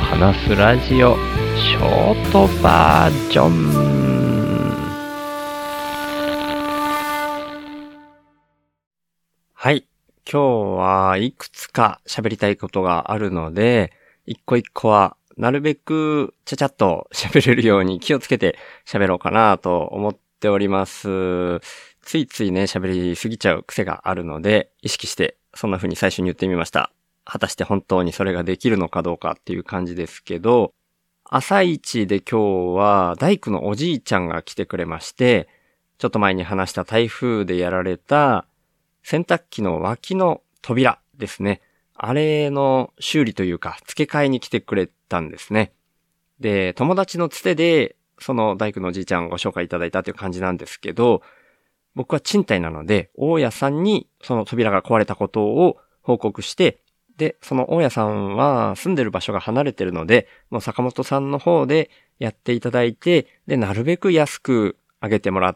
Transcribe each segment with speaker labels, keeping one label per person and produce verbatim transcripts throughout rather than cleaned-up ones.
Speaker 1: 話すラジオショートバージョン。はい、今日はいくつか喋りたいことがあるので、一個一個はなるべくちゃちゃっと喋れるように気をつけて喋ろうかなと思っております。ついついね喋りすぎちゃう癖があるので、意識してそんな風に最初に言ってみました。果たして本当にそれができるのかどうかっていう感じですけど、朝一で今日は大工のおじいちゃんが来てくれまして、ちょっと前に話した台風でやられた洗濯機の脇の扉ですね。あれの修理というか付け替えに来てくれたんですね。で、友達のつてでその大工のおじいちゃんをご紹介いただいたという感じなんですけど、僕は賃貸なので大家さんにその扉が壊れたことを報告して、で、その大家さんは住んでる場所が離れてるので、もう坂本さんの方でやっていただいて、で、なるべく安く上げてもらって、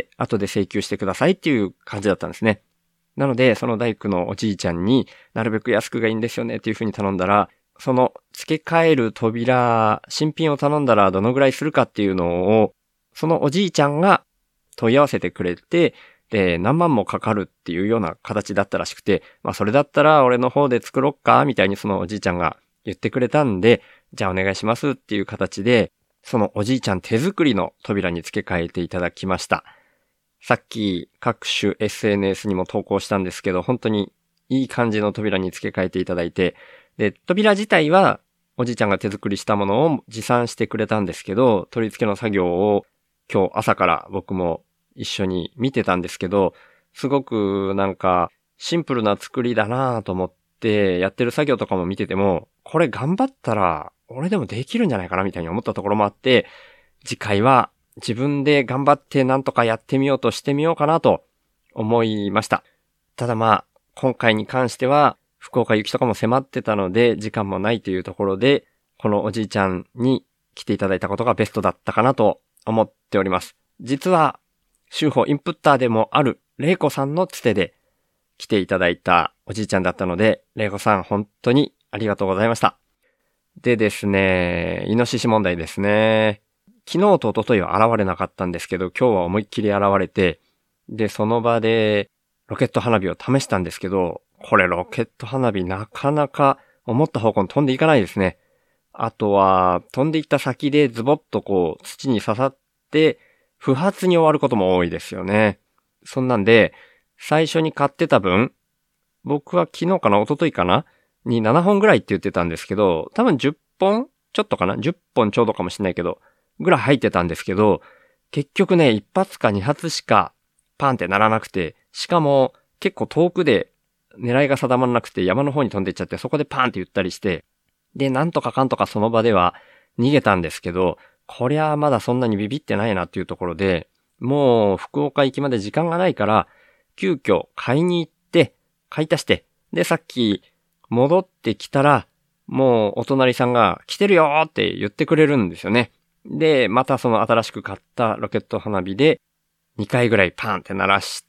Speaker 1: 後で請求してくださいっていう感じだったんですね。なので、その大工のおじいちゃんになるべく安くがいいんですよねっていう風に頼んだら、その付け替える扉、新品を頼んだらどのぐらいするかっていうのを、そのおじいちゃんが問い合わせてくれて、で、何万もかかるっていうような形だったらしくて、まあそれだったら俺の方で作ろっかみたいにそのおじいちゃんが言ってくれたんで、じゃあお願いしますっていう形で、そのおじいちゃん手作りの扉に付け替えていただきました。さっき各種 エスエヌエス にも投稿したんですけど、本当にいい感じの扉に付け替えていただいて、で、扉自体はおじいちゃんが手作りしたものを持参してくれたんですけど、取り付けの作業を今日朝から僕も一緒に見てたんですけど、すごくなんかシンプルな作りだなぁと思ってやってる作業とかも見てても、これ頑張ったら俺でもできるんじゃないかなみたいに思ったところもあって、次回は自分で頑張ってなんとかやってみようとしてみようかなと思いました。ただまあ今回に関しては福岡行きとかも迫ってたので時間もないというところで、このおじいちゃんに来ていただいたことがベストだったかなと思っております。実は修法インプッターでもある玲子さんのつてで来ていただいたおじいちゃんだったので、玲子さん本当にありがとうございました。でですね、イノシシ問題ですね。昨日と一昨日は現れなかったんですけど、今日は思いっきり現れて、で、その場でロケット花火を試したんですけど、これロケット花火なかなか思った方向に飛んでいかないですね。あとは飛んでいった先でズボッとこう土に刺さって、不発に終わることも多いですよね。そんなんで、最初に買ってた分、僕は昨日かな、一昨日かなにななほんぐらいって言ってたんですけど、多分じゅっぽんちょっとかな ?じゅっ 本ちょうどかもしれないけど、ぐらい入ってたんですけど、結局ね、一発か二発しかパンってならなくて、しかも結構遠くで狙いが定まらなくて山の方に飛んでいっちゃって、そこでパンって言ったりして、で、なんとかかんとかその場では逃げたんですけど、こりゃまだそんなにビビってないなっていうところで、もう福岡行きまで時間がないから、急遽買いに行って、買い足して、で、さっき戻ってきたら、もうお隣さんが来てるよーって言ってくれるんですよね。で、またその新しく買ったロケット花火でにかいぐらいパーンって鳴らして、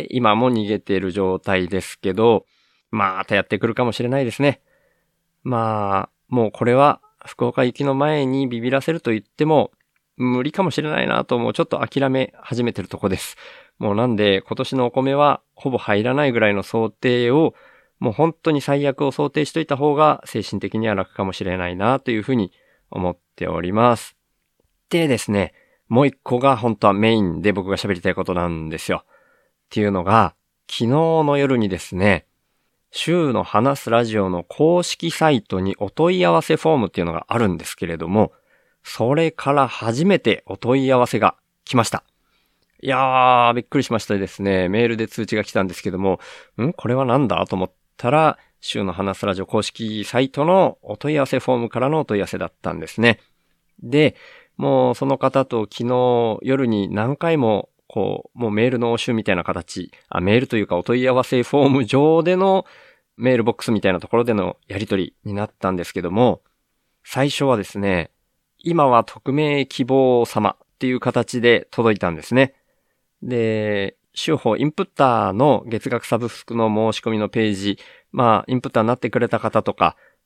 Speaker 1: 今も逃げている状態ですけど、またやってくるかもしれないですね。まあ、もうこれは福岡行きの前にビビらせると言っても無理かもしれないなともうちょっと諦め始めてるとこです。もうなんで今年のお米はほぼ入らないぐらいの想定を、もう本当に最悪を想定しといた方が精神的には楽かもしれないなというふうに思っております。でですね、もう一個が本当はメインで僕が喋りたいことなんですよ。っていうのが、昨日の夜にですね、週の話すラジオの公式サイトにお問い合わせフォームっていうのがあるんですけれども、それから初めてお問い合わせが来ました。いやー、びっくりしましたですね。メールで通知が来たんですけども、んこれはなんだと思ったら、週の話すラジオ公式サイトのお問い合わせフォームからのお問い合わせだったんですね。で、もうその方と昨日夜に何回もこう、もうメールの応酬みたいな形、あ、メールというかお問い合わせフォーム上でのメールボックスみたいなところでのやり取りになったんですけども、最初はですね、今は匿名希望様っていう形で届いたんですね。で、週報インプッターの月額サブスクの申し込みのページ、まあ、インプッターになってくれた方とか、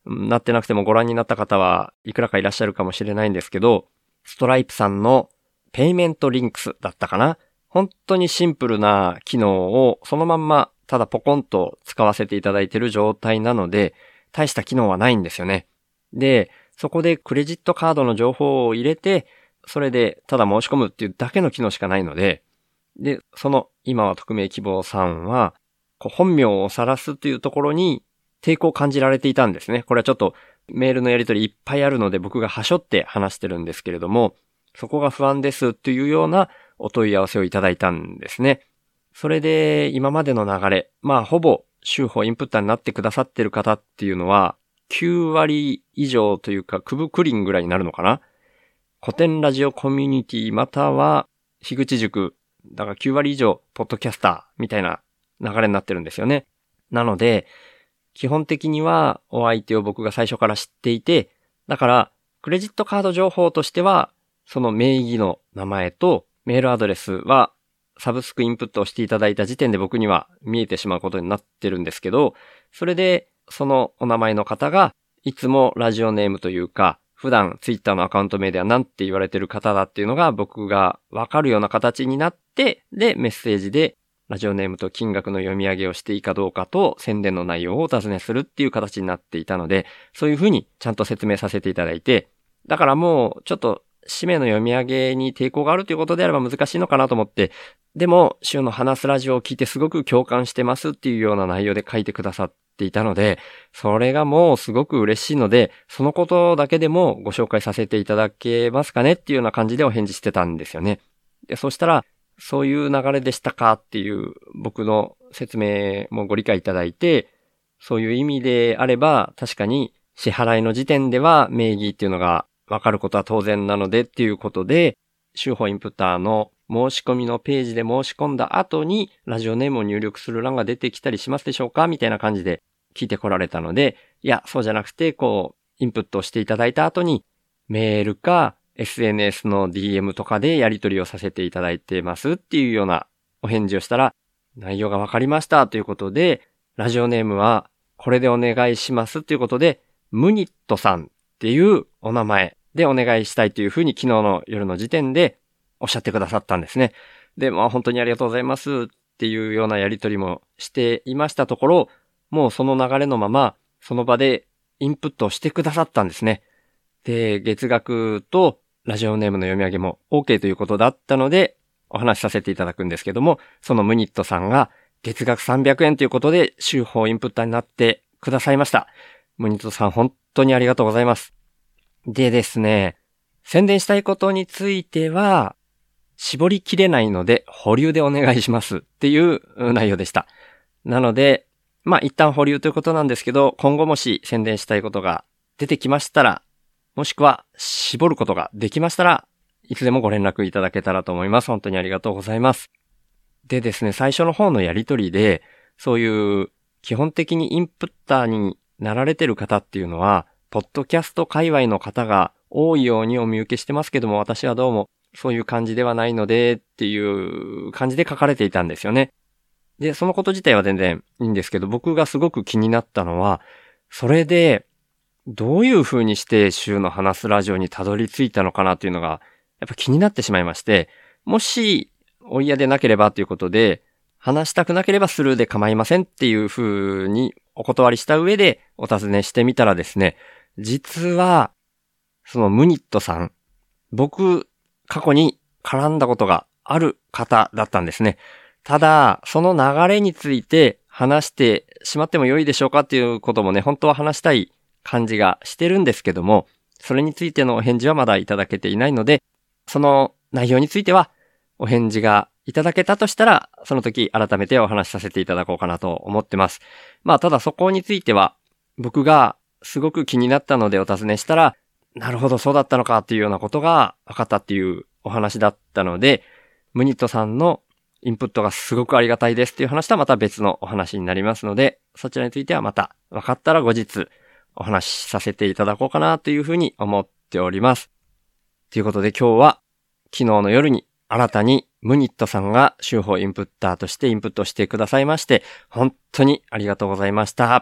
Speaker 1: なってなくてもご覧になった方はいくらかいらっしゃるかもしれないんですけど、ストライプさんのペイメントリンクスだったかな。本当にシンプルな機能をそのまんまただポコンと使わせていただいている状態なので、大した機能はないんですよね。で、そこでクレジットカードの情報を入れて、それでただ申し込むっていうだけの機能しかないので、で、その今は匿名希望さんは、こう本名を晒すというところに抵抗を感じられていたんですね。これはちょっとメールのやり取りいっぱいあるので僕がはしょって話してるんですけれども、そこが不安ですというようなお問い合わせをいただいたんですね。それで今までの流れ、まあほぼ週報インプッターになってくださってる方っていうのはきゅうわり以上というかクブクリンぐらいになるのかな。古典ラジオコミュニティまたは樋口塾、だからきゅうわり以上ポッドキャスターみたいな流れになってるんですよね。なので基本的にはお相手を僕が最初から知っていて、だからクレジットカード情報としてはその名義の名前とメールアドレスはサブスクインプットをしていただいた時点で僕には見えてしまうことになってるんですけど、それでそのお名前の方がいつもラジオネームというか普段ツイッターのアカウント名では何て言われてる方だっていうのが僕がわかるような形になって、でメッセージでラジオネームと金額の読み上げをしていいかどうかと宣伝の内容をお尋ねするっていう形になっていたので、そういうふうにちゃんと説明させていただいて、だからもうちょっと氏名の読み上げに抵抗があるということであれば難しいのかなと思って、でも週の話すラジオを聞いてすごく共感してますっていうような内容で書いてくださっていたので、それがもうすごく嬉しいので、そのことだけでもご紹介させていただけますかねっていうような感じでお返事してたんですよね。で、そしたらそういう流れでしたかっていう僕の説明もご理解いただいて、そういう意味であれば確かに支払いの時点では名義っていうのがわかることは当然なのでっていうことで、週報インプッターの申し込みのページで申し込んだ後にラジオネームを入力する欄が出てきたりしますでしょうかみたいな感じで聞いてこられたので、いや、そうじゃなくて、こう、インプットをしていただいた後にメールか エスエヌエス の ディーエム とかでやり取りをさせていただいてますっていうようなお返事をしたら、内容がわかりましたということで、ラジオネームはこれでお願いしますということで、ムニットさんっていうお名前でお願いしたいというふうに昨日の夜の時点でおっしゃってくださったんですね。で、まあ本当にありがとうございますっていうようなやり取りもしていましたところ、もうその流れのままその場でインプットをしてくださったんですね。で、月額とラジオネームの読み上げも OK ということだったのでお話しさせていただくんですけども、そのムニットさんが月額さんびゃくえんということで週報インプッターになってくださいました。ムニットさん本当にありがとうございます。でですね、宣伝したいことについては絞りきれないので保留でお願いしますっていう内容でした。なので、まあ一旦保留ということなんですけど、今後もし宣伝したいことが出てきましたら、もしくは絞ることができましたら、いつでもご連絡いただけたらと思います。本当にありがとうございます。でですね、最初の方のやりとりで、そういう基本的にインプッターになられてる方っていうのは、ポッドキャスト界隈の方が多いようにお見受けしてますけども、私はどうもそういう感じではないのでっていう感じで書かれていたんですよね。で、そのこと自体は全然いいんですけど、僕がすごく気になったのは、それでどういう風にして週の話すラジオにたどり着いたのかなっていうのがやっぱ気になってしまいまして、もしお嫌でなければということで、話したくなければスルーで構いませんっていう風にお断りした上でお尋ねしてみたらですね、実はそのムニットさん、僕過去に絡んだことがある方だったんですね。ただその流れについて話してしまっても良いでしょうかっていうこともね、本当は話したい感じがしてるんですけども、それについてのお返事はまだいただけていないので、その内容についてはお返事がいただけたとしたら、その時改めてお話しさせていただこうかなと思ってます。まあただそこについては僕がすごく気になったのでお尋ねしたら、なるほどそうだったのかっていうようなことが分かったっていうお話だったので、ムニットさんのインプットがすごくありがたいですっていう話とはまた別のお話になりますので、そちらについてはまた分かったら後日お話しさせていただこうかなというふうに思っております。ということで今日は昨日の夜に新たにムニットさんが週報インプッターとしてインプットしてくださいまして、本当にありがとうございました。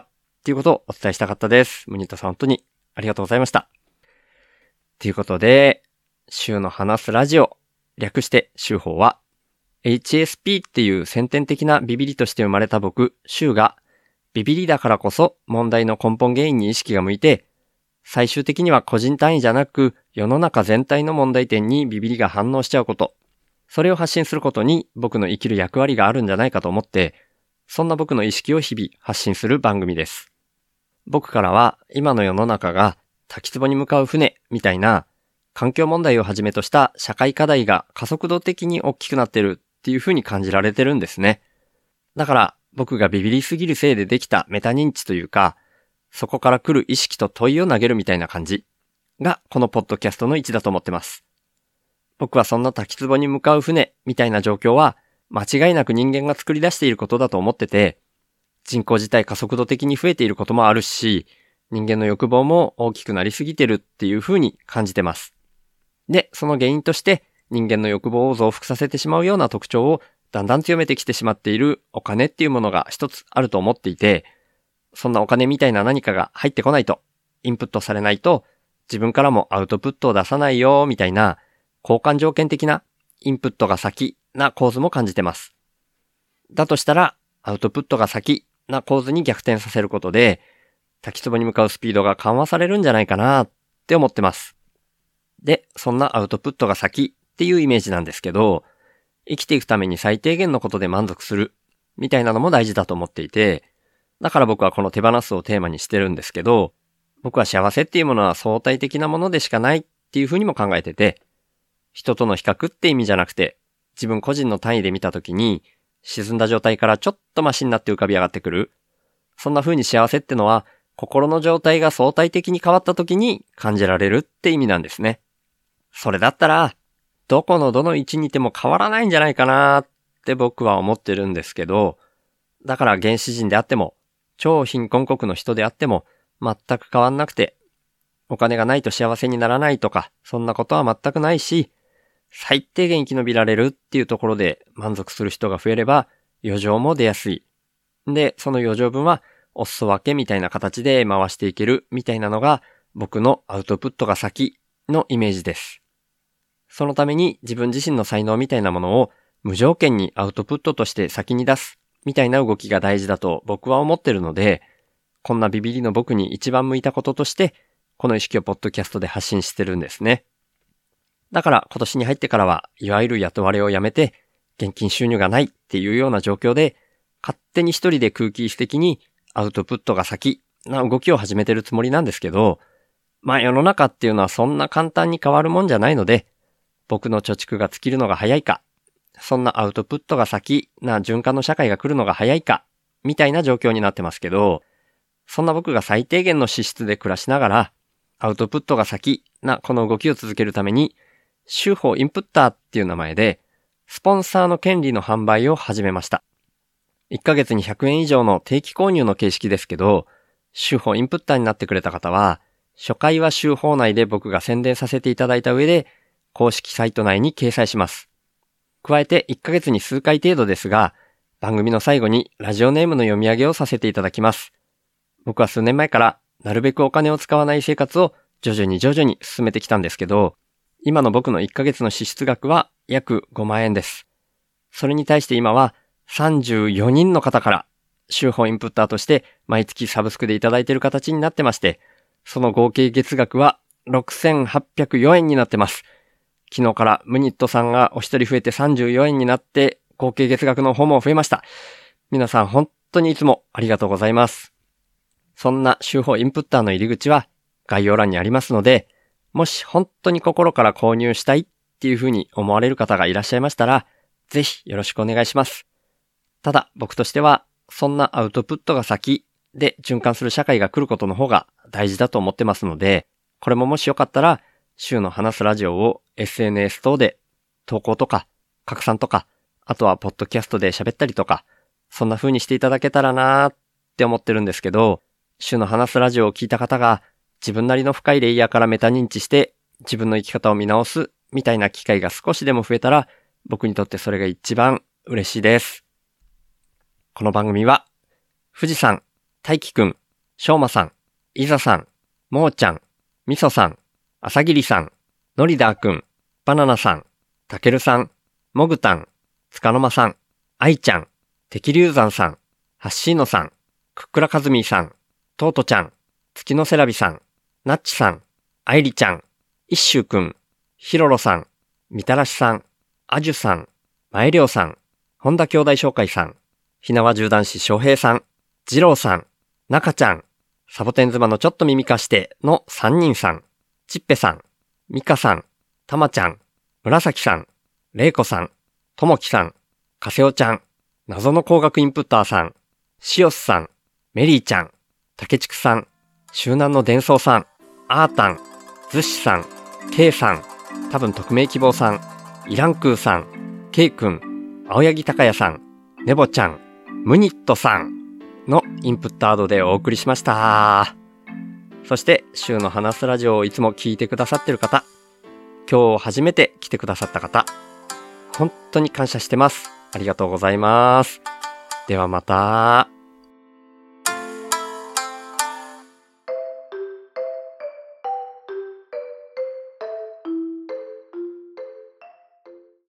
Speaker 1: っていうことをお伝えしたかったです。ムニットさん本当にありがとうございました。ということで、週の話すラジオ、略して週報は、エイチエスピー っていう先天的なビビリとして生まれた僕、週が、ビビリだからこそ問題の根本原因に意識が向いて、最終的には個人単位じゃなく、世の中全体の問題点にビビリが反応しちゃうこと、それを発信することに僕の生きる役割があるんじゃないかと思って、そんな僕の意識を日々発信する番組です。僕からは今の世の中が滝壺に向かう船みたいな環境問題をはじめとした社会課題が加速度的に大きくなってるっていう風に感じられてるんですね。だから僕がビビりすぎるせいでできたメタ認知というか、そこから来る意識と問いを投げるみたいな感じがこのポッドキャストの位置だと思ってます。僕はそんな滝壺に向かう船みたいな状況は間違いなく人間が作り出していることだと思ってて、人口自体加速度的に増えていることもあるし、人間の欲望も大きくなりすぎてるっていう風に感じてます。で、その原因として人間の欲望を増幅させてしまうような特徴をだんだん強めてきてしまっているお金っていうものが一つあると思っていて、そんなお金みたいな何かが入ってこないと、インプットされないと自分からもアウトプットを出さないよみたいな交換条件的なインプットが先な構図も感じてます。だとしたらアウトプットが先な構図に逆転させることで滝壺に向かうスピードが緩和されるんじゃないかなって思ってます。で、そんなアウトプットが先っていうイメージなんですけど、生きていくために最低限のことで満足するみたいなのも大事だと思っていて、だから僕はこの手放すをテーマにしてるんですけど、僕は幸せっていうものは相対的なものでしかないっていうふうにも考えてて、人との比較って意味じゃなくて、自分個人の単位で見たときに、沈んだ状態からちょっとマシになって浮かび上がってくる。そんな風に幸せってのは、心の状態が相対的に変わったときに感じられるって意味なんですね。それだったら、どこのどの位置にいても変わらないんじゃないかなって僕は思ってるんですけど、だから原始人であっても、超貧困国の人であっても、全く変わんなくて、お金がないと幸せにならないとか、そんなことは全くないし、最低限生き延びられるっていうところで満足する人が増えれば余剰も出やすい。で、その余剰分はお裾分けみたいな形で回していけるみたいなのが僕のアウトプットが先のイメージです。そのために自分自身の才能みたいなものを無条件にアウトプットとして先に出すみたいな動きが大事だと僕は思ってるので、こんなビビりの僕に一番向いたこととしてこの意識をポッドキャストで発信してるんですね。だから今年に入ってからはいわゆる雇われをやめて現金収入がないっていうような状況で勝手に一人で空気質的にアウトプットが先な動きを始めてるつもりなんですけど、まあ世の中っていうのはそんな簡単に変わるもんじゃないので、僕の貯蓄が尽きるのが早いか、そんなアウトプットが先な循環の社会が来るのが早いか、みたいな状況になってますけど、そんな僕が最低限の資質で暮らしながらアウトプットが先なこの動きを続けるために週報インプッターっていう名前で、スポンサーの権利の販売を始めました。いっかげつにひゃくえん以上の定期購入の形式ですけど、週報インプッターになってくれた方は、初回は週報内で僕が宣伝させていただいた上で、公式サイト内に掲載します。加えていっかげつに数回程度ですが、番組の最後にラジオネームの読み上げをさせていただきます。僕は数年前からなるべくお金を使わない生活を徐々に徐々に進めてきたんですけど、今の僕のいっかげつの支出額は約ごまんえんです。それに対して今はさんじゅうよにんの方から週報インプッターとして毎月サブスクでいただいている形になってまして、その合計月額はろくせんはっぴゃくよえんになってます。昨日からムニットさんがお一人増えてさんじゅうよえんになって合計月額の方も増えました。皆さん本当にいつもありがとうございます。そんな週報インプッターの入り口は概要欄にありますので、もし本当に心から購入したいっていうふうに思われる方がいらっしゃいましたら、ぜひよろしくお願いします。ただ僕としては、そんなアウトプットが先で循環する社会が来ることの方が大事だと思ってますので、これももしよかったら、週の話すラジオを エスエヌエス 等で投稿とか拡散とか、あとはポッドキャストで喋ったりとか、そんな風にしていただけたらなーって思ってるんですけど、週の話すラジオを聞いた方が、自分なりの深いレイヤーからメタ認知して自分の生き方を見直すみたいな機会が少しでも増えたら僕にとってそれが一番嬉しいです。この番組は富士山、大輝くん、 しょうまさん、いざさん、もーちゃん、みそさん、あさぎりさん、のりだーくん、バナナさん、たけるさん、もぐたん、つかのまさん、あいちゃん、てきりゅうざんさん、はっしーのさん、くっくらかずみーさん、とうとちゃん、月のせらびさん、なっちさん、あいりちゃん、いっしゅうくん、ひろろさん、みたらしさん、あじゅさん、まえりょうさん、ほんだ兄弟紹介さん、ひなわじゅうだんししょうへいさん、じろうさん、なかちゃん、サボテン妻のちょっと耳貸してのさんにんさん、ちっぺさん、みかさん、たまちゃん、むらさきさん、れいこさん、ともきさん、かせおちゃん、謎の工学インプッターさん、しおすさん、メリーちゃん、たけちくさん、周南の伝送さん、あーたん、ずっしさん、けいさん、多分匿名希望さん、イランクーさん、けいくん、青柳高也さん、ねぼちゃん、ムニットさんのインプットアードでお送りしました。そして週の話すラジオをいつも聞いてくださってる方、今日初めて来てくださった方、本当に感謝してます。ありがとうございます。ではまた。